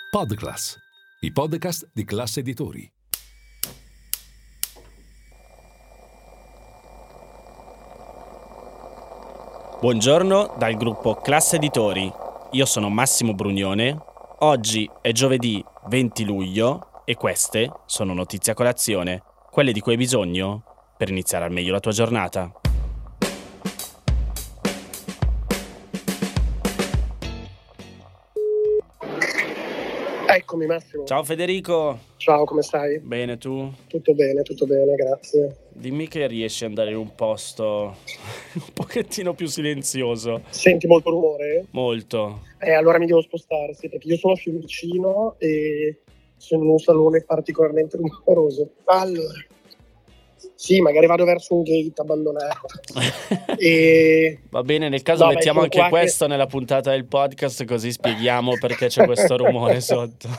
Podclass, i podcast di Classe Editori. Buongiorno dal gruppo Classe Editori. Io sono Massimo Brugnone. Oggi è giovedì 20 luglio e queste sono notizie a colazione, quelle di cui hai bisogno per iniziare al meglio la tua giornata. Eccomi Massimo. Ciao Federico. Ciao, come stai? Bene, tu? Tutto bene, grazie. Dimmi che riesci ad andare in un posto un pochettino più silenzioso. Senti molto rumore? Molto. Allora mi devo spostare, sì, perché io sono a Fiumicino e sono in un salone particolarmente rumoroso. Allora, sì, magari vado verso un gate abbandonato. Va bene, nel caso mettiamo anche questo nella puntata del podcast, così spieghiamo perché c'è questo rumore sotto.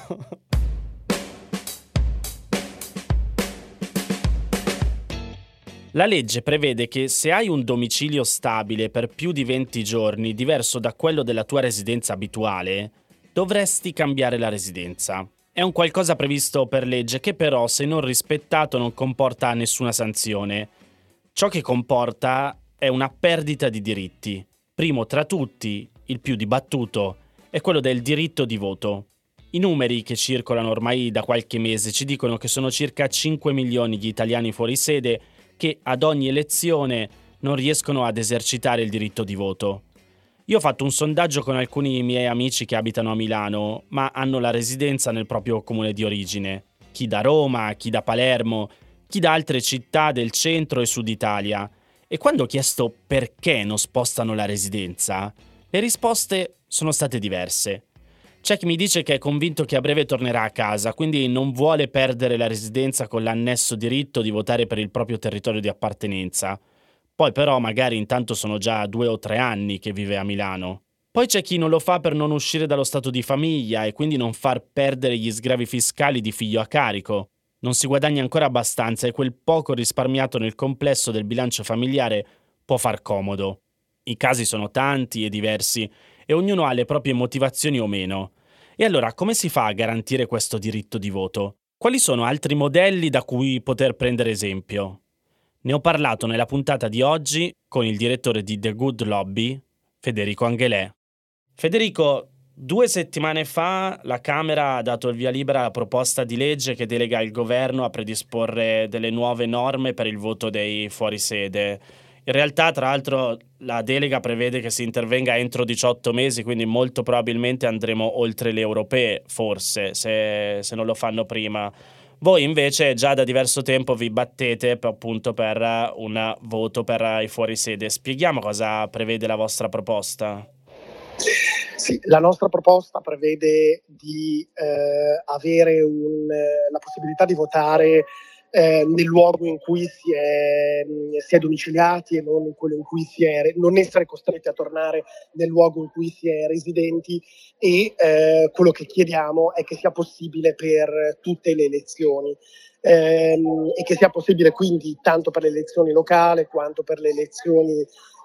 La legge prevede che se hai un domicilio stabile per più di 20 giorni, diverso da quello della tua residenza abituale, dovresti cambiare la residenza. È un qualcosa previsto per legge che però, se non rispettato, non comporta nessuna sanzione. Ciò che comporta è una perdita di diritti. Primo tra tutti, il più dibattuto, è quello del diritto di voto. I numeri che circolano ormai da qualche mese ci dicono che sono circa 5 milioni gli italiani fuori sede che ad ogni elezione non riescono ad esercitare il diritto di voto. Io ho fatto un sondaggio con alcuni miei amici che abitano a Milano, ma hanno la residenza nel proprio comune di origine. Chi da Roma, chi da Palermo, chi da altre città del centro e sud Italia. E quando ho chiesto perché non spostano la residenza, le risposte sono state diverse. C'è chi mi dice che è convinto che a breve tornerà a casa, quindi non vuole perdere la residenza con l'annesso diritto di votare per il proprio territorio di appartenenza. Poi però magari intanto sono già 2 o 3 anni che vive a Milano. Poi c'è chi non lo fa per non uscire dallo stato di famiglia e quindi non far perdere gli sgravi fiscali di figlio a carico. Non si guadagna ancora abbastanza e quel poco risparmiato nel complesso del bilancio familiare può far comodo. I casi sono tanti e diversi e ognuno ha le proprie motivazioni o meno. E allora come si fa a garantire questo diritto di voto? Quali sono altri modelli da cui poter prendere esempio? Ne ho parlato nella puntata di oggi con il direttore di The Good Lobby, Federico Angelè. Federico, 2 settimane fa la Camera ha dato il via libera alla proposta di legge che delega il governo a predisporre delle nuove norme per il voto dei fuorisede. In realtà, tra l'altro, la delega prevede che si intervenga entro 18 mesi, quindi molto probabilmente andremo oltre le europee, forse, se non lo fanno prima. Voi invece già da diverso tempo vi battete appunto per un voto per i fuorisede. Spieghiamo cosa prevede la vostra proposta. Sì, la nostra proposta prevede di avere la possibilità di votare nel luogo in cui si è domiciliati e non in quello in cui non essere costretti a tornare nel luogo in cui si è residenti e quello che chiediamo è che sia possibile per tutte le elezioni e che sia possibile quindi tanto per le elezioni locali quanto per le elezioni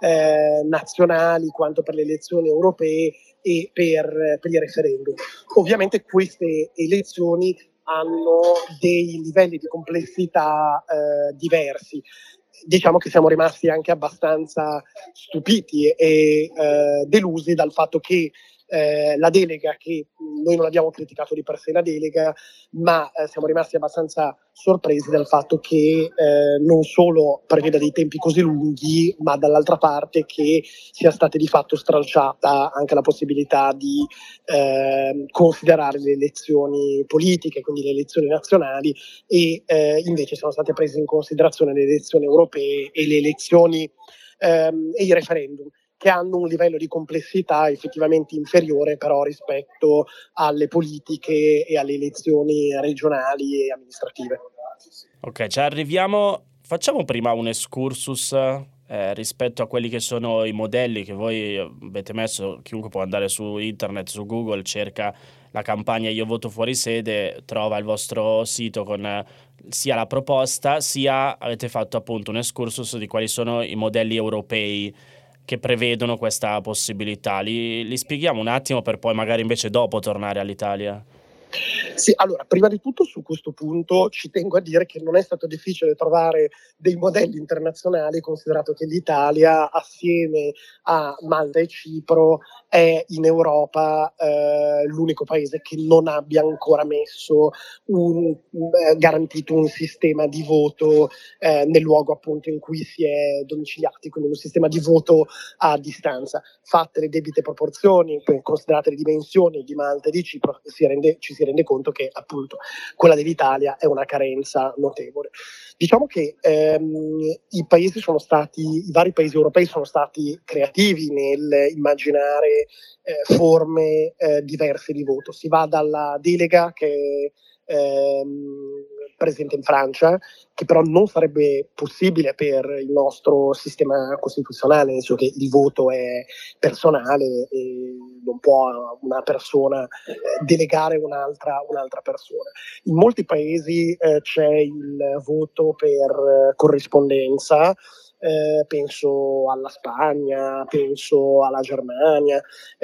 nazionali quanto per le elezioni europee e per i referendum. Ovviamente queste elezioni hanno dei livelli di complessità diversi. Diciamo che siamo rimasti anche abbastanza stupiti e delusi dal fatto che la delega, che noi non abbiamo criticato di per sé la delega, ma siamo rimasti abbastanza sorpresi dal fatto che non solo preveda dei tempi così lunghi, ma dall'altra parte che sia stata di fatto stralciata anche la possibilità di considerare le elezioni politiche, quindi le elezioni nazionali, e invece sono state prese in considerazione le elezioni europee e le elezioni e i referendum, che hanno un livello di complessità effettivamente inferiore però rispetto alle politiche e alle elezioni regionali e amministrative. Ok, ci arriviamo. Facciamo prima un excursus rispetto a quelli che sono i modelli che voi avete messo. Chiunque può andare su internet, su Google, cerca la campagna Io voto fuori sede, trova il vostro sito con sia la proposta, sia avete fatto appunto un excursus di quali sono i modelli europei che prevedono questa possibilità. Li spieghiamo un attimo per poi magari invece dopo tornare all'Italia. Sì, allora, prima di tutto su questo punto ci tengo a dire che non è stato difficile trovare dei modelli internazionali, considerato che l'Italia, assieme a Malta e Cipro, è in Europa l'unico paese che non abbia ancora messo garantito un sistema di voto nel luogo appunto in cui si è domiciliati, quindi un sistema di voto a distanza. Fatte le debite proporzioni, considerate le dimensioni di Malta e di Cipro, ci si rende conto che appunto quella dell'Italia è una carenza notevole. Diciamo che i vari paesi europei sono stati creativi nel immaginare forme diverse di voto. Si va dalla delega che è presente in Francia, che però non sarebbe possibile per il nostro sistema costituzionale, nel senso che il voto è personale e non può una persona delegare un'altra persona. In molti paesi c'è il voto per corrispondenza, penso alla Spagna, penso alla Germania.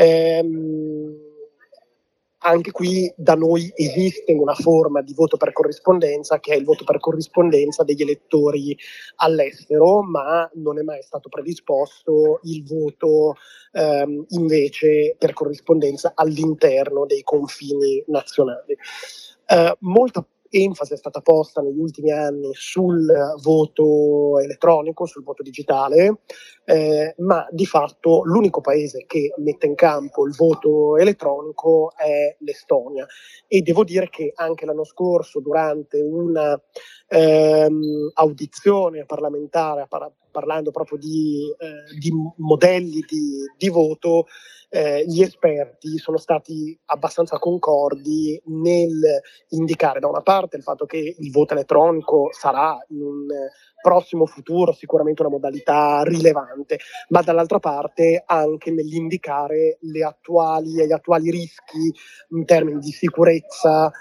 Anche qui da noi esiste una forma di voto per corrispondenza, che è il voto per corrispondenza degli elettori all'estero, ma non è mai stato predisposto il voto invece per corrispondenza all'interno dei confini nazionali. Molta enfasi è stata posta negli ultimi anni sul voto elettronico, sul voto digitale, ma di fatto l'unico paese che mette in campo il voto elettronico è l'Estonia, e devo dire che anche l'anno scorso, durante una audizione parlamentare parlando proprio di modelli di voto, gli esperti sono stati abbastanza concordi nel indicare da una parte il fatto che il voto elettronico sarà in un prossimo futuro sicuramente una modalità rilevante, ma dall'altra parte anche nell'indicare gli attuali rischi in termini di sicurezza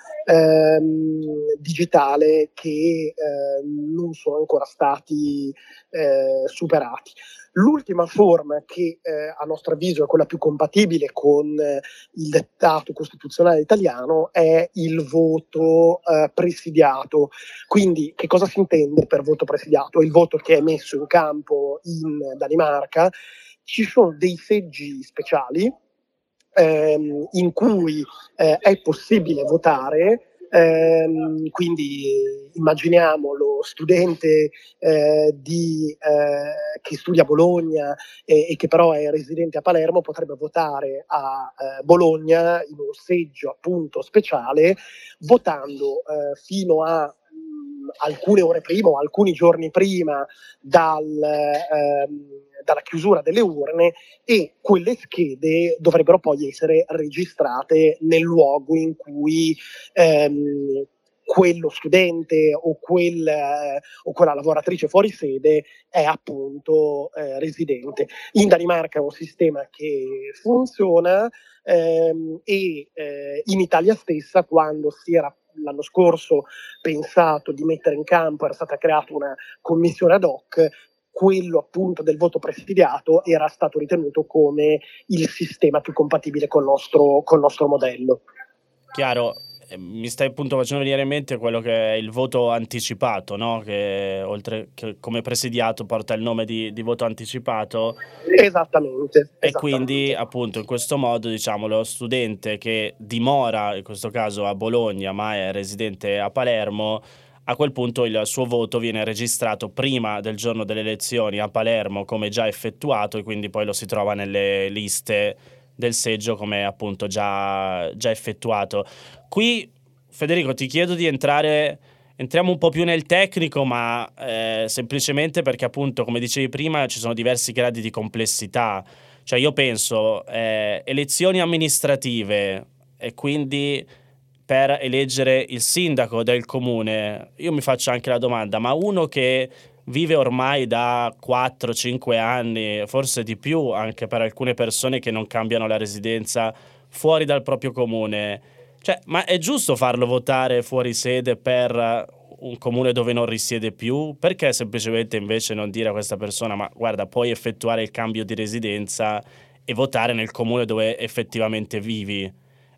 digitale che non sono ancora stati superati. L'ultima forma che a nostro avviso è quella più compatibile con il dettato costituzionale italiano è il voto presidiato. Quindi che cosa si intende per voto presidiato? Il voto che è messo in campo in Danimarca. Ci sono dei seggi speciali in cui è possibile votare. Quindi immaginiamo lo studente che studia a Bologna e che però è residente a Palermo, potrebbe votare a Bologna in un seggio appunto speciale, votando fino a alcune ore prima o alcuni giorni prima dalla chiusura delle urne, e quelle schede dovrebbero poi essere registrate nel luogo in cui quello studente o quella lavoratrice fuori sede è appunto residente. In Danimarca è un sistema che funziona e in Italia stessa, quando si era l'anno scorso pensato di mettere in campo, era stata creata una commissione ad hoc, quello appunto del voto presidiato era stato ritenuto come il sistema più compatibile col nostro modello. Chiaro, mi stai appunto facendo venire in mente quello che è il voto anticipato, no? Che oltre che come presidiato porta il nome di voto anticipato. Esattamente. E quindi appunto in questo modo, diciamo, lo studente che dimora in questo caso a Bologna ma è residente a Palermo, a quel punto il suo voto viene registrato prima del giorno delle elezioni a Palermo come già effettuato, e quindi poi lo si trova nelle liste del seggio come appunto già effettuato. Qui, Federico, ti chiedo di entriamo un po' più nel tecnico, ma semplicemente perché appunto, come dicevi prima, ci sono diversi gradi di complessità. Cioè io penso elezioni amministrative, e quindi per eleggere il sindaco del comune, io mi faccio anche la domanda, ma uno che vive ormai da 4-5 anni, forse di più anche per alcune persone che non cambiano la residenza, fuori dal proprio comune, cioè, ma è giusto farlo votare fuori sede per un comune dove non risiede più? Perché semplicemente invece non dire a questa persona, ma guarda, puoi effettuare il cambio di residenza e votare nel comune dove effettivamente vivi?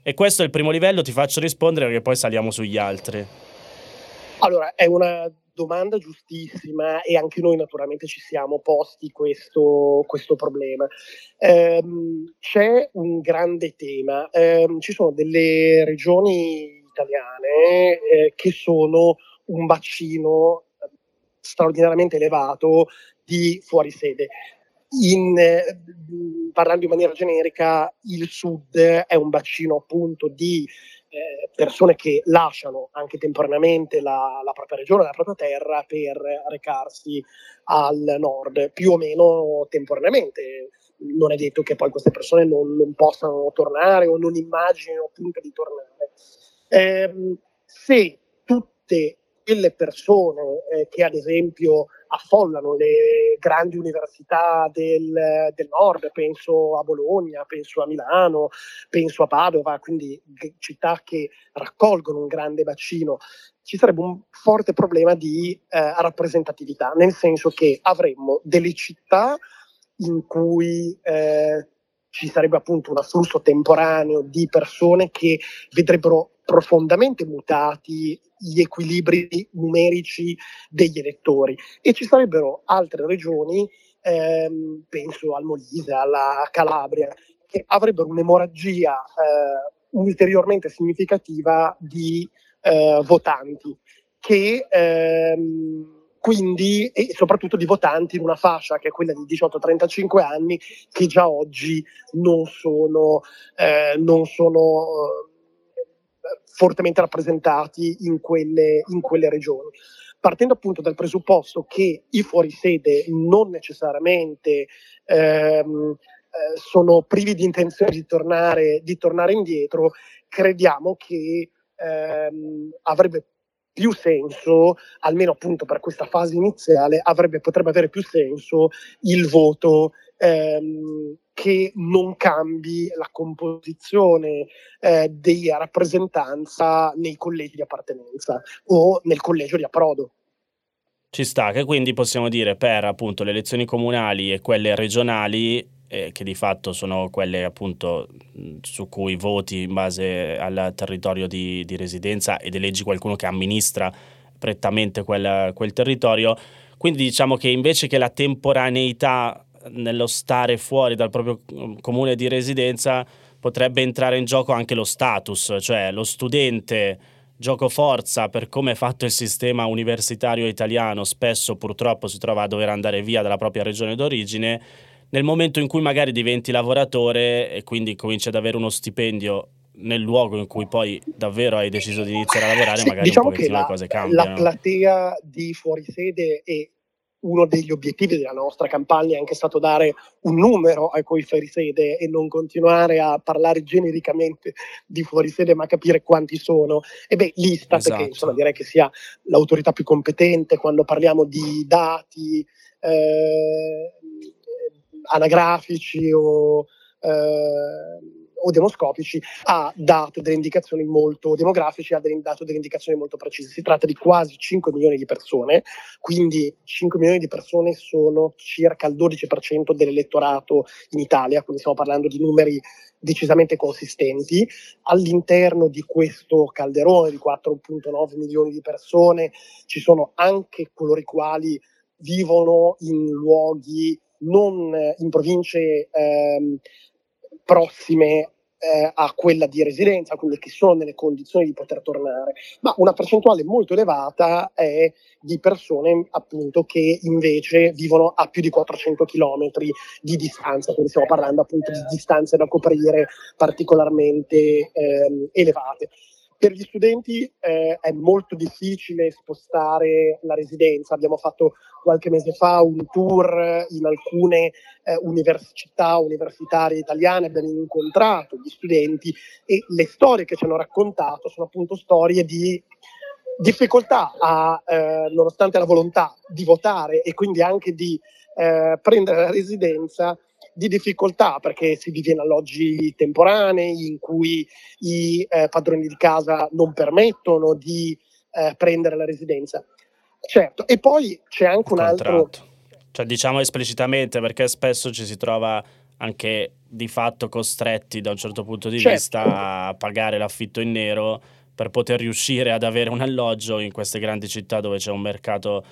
E questo è il primo livello, ti faccio rispondere perché poi saliamo sugli altri. Allora, è una domanda giustissima e anche noi naturalmente ci siamo posti questo problema. C'è un grande tema. Ci sono delle regioni italiane che sono un bacino straordinariamente elevato di fuorisede. Parlando in maniera generica, il sud è un bacino appunto di persone che lasciano anche temporaneamente la propria regione, la propria terra per recarsi al nord, più o meno temporaneamente. Non è detto che poi queste persone non possano tornare o non immaginino appunto di tornare. Se tutte quelle persone che ad esempio affollano le grandi università del nord, penso a Bologna, penso a Milano, penso a Padova, quindi città che raccolgono un grande bacino, ci sarebbe un forte problema di rappresentatività, nel senso che avremmo delle città in cui ci sarebbe appunto un afflusso temporaneo di persone che vedrebbero profondamente mutati gli equilibri numerici degli elettori, e ci sarebbero altre regioni, penso al Molise, alla Calabria, che avrebbero un'emorragia ulteriormente significativa di votanti, che quindi, e soprattutto di votanti in una fascia che è quella di 18-35 anni, che già oggi non sono fortemente rappresentati in quelle regioni. Partendo appunto dal presupposto che i fuorisede non necessariamente sono privi di intenzione di tornare indietro, crediamo che avrebbe più senso, almeno appunto per questa fase iniziale, potrebbe avere più senso il voto che non cambi la composizione di rappresentanza nei collegi di appartenenza o nel collegio di approdo. Ci sta, che quindi possiamo dire per appunto le elezioni comunali e quelle regionali, che di fatto sono quelle appunto su cui voti in base al territorio di residenza ed eleggi qualcuno che amministra prettamente quel territorio. Quindi diciamo che invece che la temporaneità nello stare fuori dal proprio comune di residenza, potrebbe entrare in gioco anche lo status, cioè lo studente gioco forza, per come è fatto il sistema universitario italiano, spesso purtroppo si trova a dover andare via dalla propria regione d'origine. Nel momento in cui magari diventi lavoratore e quindi cominci ad avere uno stipendio nel luogo in cui poi davvero hai deciso di iniziare a lavorare, Sì, magari un diciamo che pochettino le cose la cambiano. platea di fuorisede, e uno degli obiettivi della nostra campagna è anche stato dare un numero ai quei fuorisede e non continuare a parlare genericamente di fuorisede, ma capire quanti sono. E beh, l'Istat, Esatto. che insomma direi che sia l'autorità più competente quando parliamo di dati anagrafici o demoscopici, ha dato delle indicazioni molto demografici, ha dato delle indicazioni molto precise. Si tratta di quasi 5 milioni di persone, quindi 5 milioni di persone sono circa il 12% dell'elettorato in Italia, quindi stiamo parlando di numeri decisamente consistenti. All'interno di questo calderone di 4,9 milioni di persone ci sono anche coloro i quali vivono in luoghi non in province prossime a quella di residenza, quelle che sono nelle condizioni di poter tornare, ma una percentuale molto elevata è di persone appunto che invece vivono a più di 400 chilometri di distanza, quindi stiamo parlando appunto di distanze da coprire particolarmente elevate. Per gli studenti è molto difficile spostare la residenza. Abbiamo fatto qualche mese fa un tour in alcune città universitarie italiane, abbiamo incontrato gli studenti e le storie che ci hanno raccontato sono appunto storie di difficoltà nonostante la volontà di votare e quindi anche di prendere la residenza, di difficoltà perché si vive in alloggi temporanei in cui i padroni di casa non permettono di prendere la residenza. Certo, e poi c'è anche un altro... Cioè diciamo esplicitamente, perché spesso ci si trova anche di fatto costretti da un certo punto di Certo. vista a pagare l'affitto in nero per poter riuscire ad avere un alloggio in queste grandi città dove c'è un mercato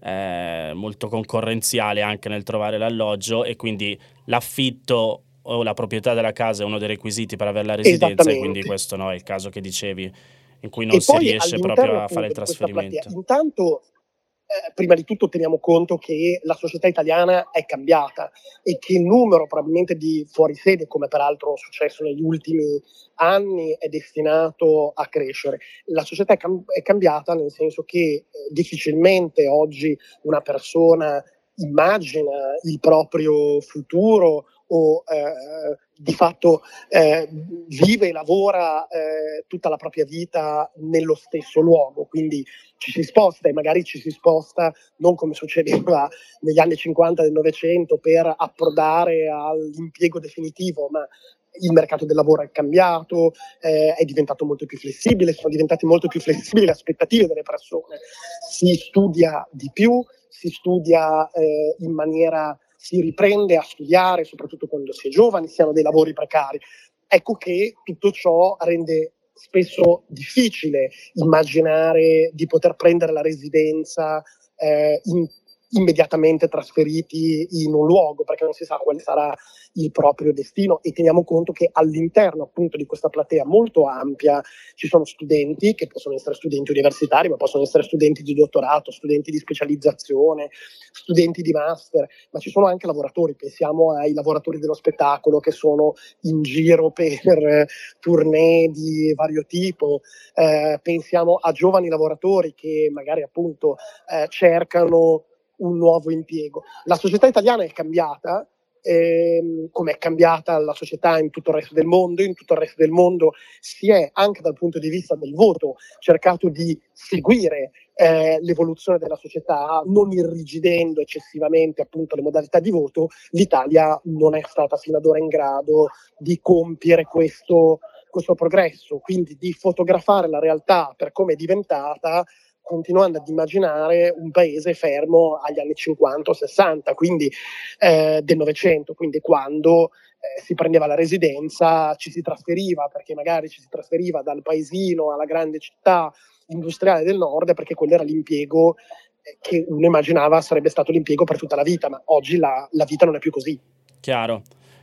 molto concorrenziale anche nel trovare l'alloggio, e quindi l'affitto o la proprietà della casa è uno dei requisiti per avere la residenza, e quindi Esattamente. questo no, è il caso che dicevi in cui non E si poi riesce proprio all'interno a fare il appunto di questa platea, trasferimento. intanto prima di tutto teniamo conto che la società italiana è cambiata e che il numero probabilmente di fuorisede, come peraltro è successo negli ultimi anni, è destinato a crescere. La società è cambiata nel senso che difficilmente oggi una persona immagina il proprio futuro o di fatto vive e lavora tutta la propria vita nello stesso luogo, quindi ci si sposta, e magari ci si sposta non come succedeva negli anni 50 del Novecento per approdare all'impiego definitivo, ma il mercato del lavoro è cambiato, è diventato molto più flessibile, sono diventate molto più flessibili le aspettative delle persone, si studia di più, si studia in maniera, si riprende a studiare, soprattutto quando si è giovani, si hanno dei lavori precari. Ecco che tutto ciò rende spesso difficile immaginare di poter prendere la residenza immediatamente trasferiti in un luogo, perché non si sa quale sarà il proprio destino, e teniamo conto che all'interno appunto di questa platea molto ampia ci sono studenti che possono essere studenti universitari, ma possono essere studenti di dottorato, studenti di specializzazione, studenti di master, ma ci sono anche lavoratori. Pensiamo ai lavoratori dello spettacolo che sono in giro per tournée di vario tipo, pensiamo a giovani lavoratori che magari appunto cercano un nuovo impiego. La società italiana è cambiata, come è cambiata la società in tutto il resto del mondo. In tutto il resto del mondo si è, anche dal punto di vista del voto, cercato di seguire l'evoluzione della società, non irrigidendo eccessivamente appunto le modalità di voto. L'Italia non è stata fino ad ora in grado di compiere questo progresso, quindi di fotografare la realtà per come è diventata, continuando ad immaginare un paese fermo agli anni 50 o 60, quindi del Novecento, quindi quando si prendeva la residenza, ci si trasferiva, perché magari ci si trasferiva dal paesino alla grande città industriale del nord, perché quello era l'impiego che uno immaginava sarebbe stato l'impiego per tutta la vita, ma oggi la vita non è più così. Chiaro.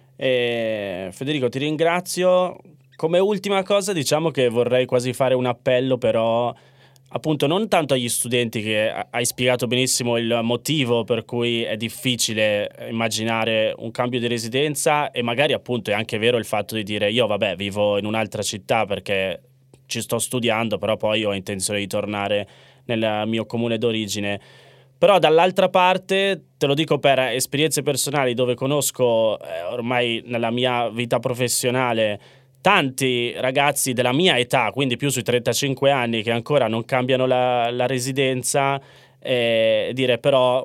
Federico, ti ringrazio. Come ultima cosa, diciamo che vorrei quasi fare un appello, però appunto non tanto agli studenti, che hai spiegato benissimo il motivo per cui è difficile immaginare un cambio di residenza, e magari appunto è anche vero il fatto di dire io vabbè vivo in un'altra città perché ci sto studiando, però poi ho intenzione di tornare nel mio comune d'origine. Però dall'altra parte, te lo dico per esperienze personali dove conosco ormai nella mia vita professionale tanti ragazzi della mia età, quindi più sui 35 anni, che ancora non cambiano la residenza, dire però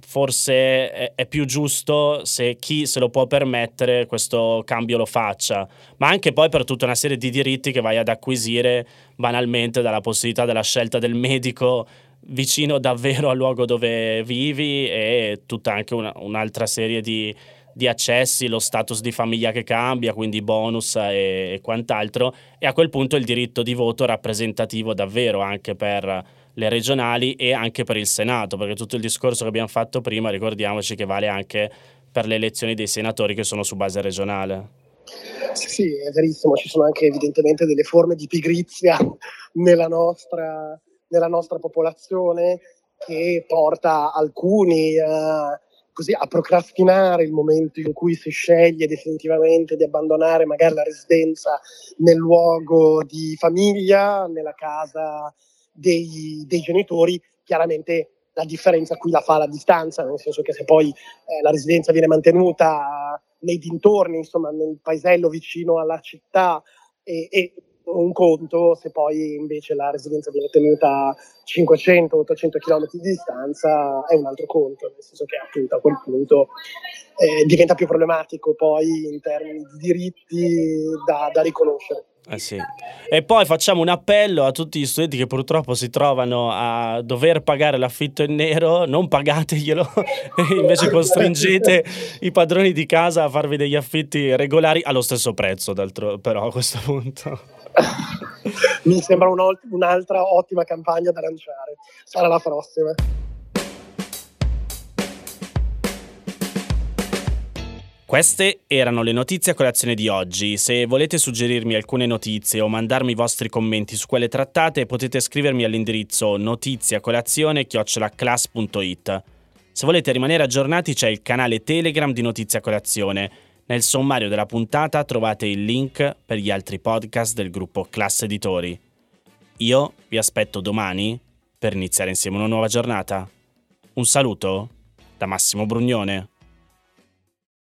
forse è più giusto se chi se lo può permettere questo cambio lo faccia, ma anche poi per tutta una serie di diritti che vai ad acquisire banalmente dalla possibilità della scelta del medico vicino davvero al luogo dove vivi, e tutta anche un'altra serie di accessi, lo status di famiglia che cambia, quindi bonus e quant'altro, e a quel punto il diritto di voto rappresentativo davvero anche per le regionali e anche per il Senato, perché tutto il discorso che abbiamo fatto prima, ricordiamoci che vale anche per le elezioni dei senatori che sono su base regionale. Sì, è verissimo, ci sono anche evidentemente delle forme di pigrizia nella nostra popolazione, che porta alcuni così a procrastinare il momento in cui si sceglie definitivamente di abbandonare magari la residenza nel luogo di famiglia, nella casa dei genitori. Chiaramente la differenza qui la fa la distanza, nel senso che se poi la residenza viene mantenuta nei dintorni, insomma nel paesello vicino alla città, e un conto se poi invece la residenza viene tenuta a 500-800 km di distanza, è un altro conto, nel senso che appunto a quel punto diventa più problematico poi in termini di diritti da riconoscere. Sì. E poi facciamo un appello a tutti gli studenti che purtroppo si trovano a dover pagare l'affitto in nero, non pagateglielo, e invece costringete i padroni di casa a farvi degli affitti regolari allo stesso prezzo, però a questo punto. Mi sembra un'altra ottima campagna da lanciare. Sarà la prossima. Queste erano le notizie a colazione di oggi. Se volete suggerirmi alcune notizie o mandarmi i vostri commenti su quelle trattate, potete scrivermi all'indirizzo notiziacolazione@class.it. Se volete rimanere aggiornati c'è il canale Telegram di Notizie a Colazione. Nel sommario della puntata trovate il link per gli altri podcast del gruppo Class Editori. Io vi aspetto domani per iniziare insieme una nuova giornata. Un saluto da Massimo Brugnone.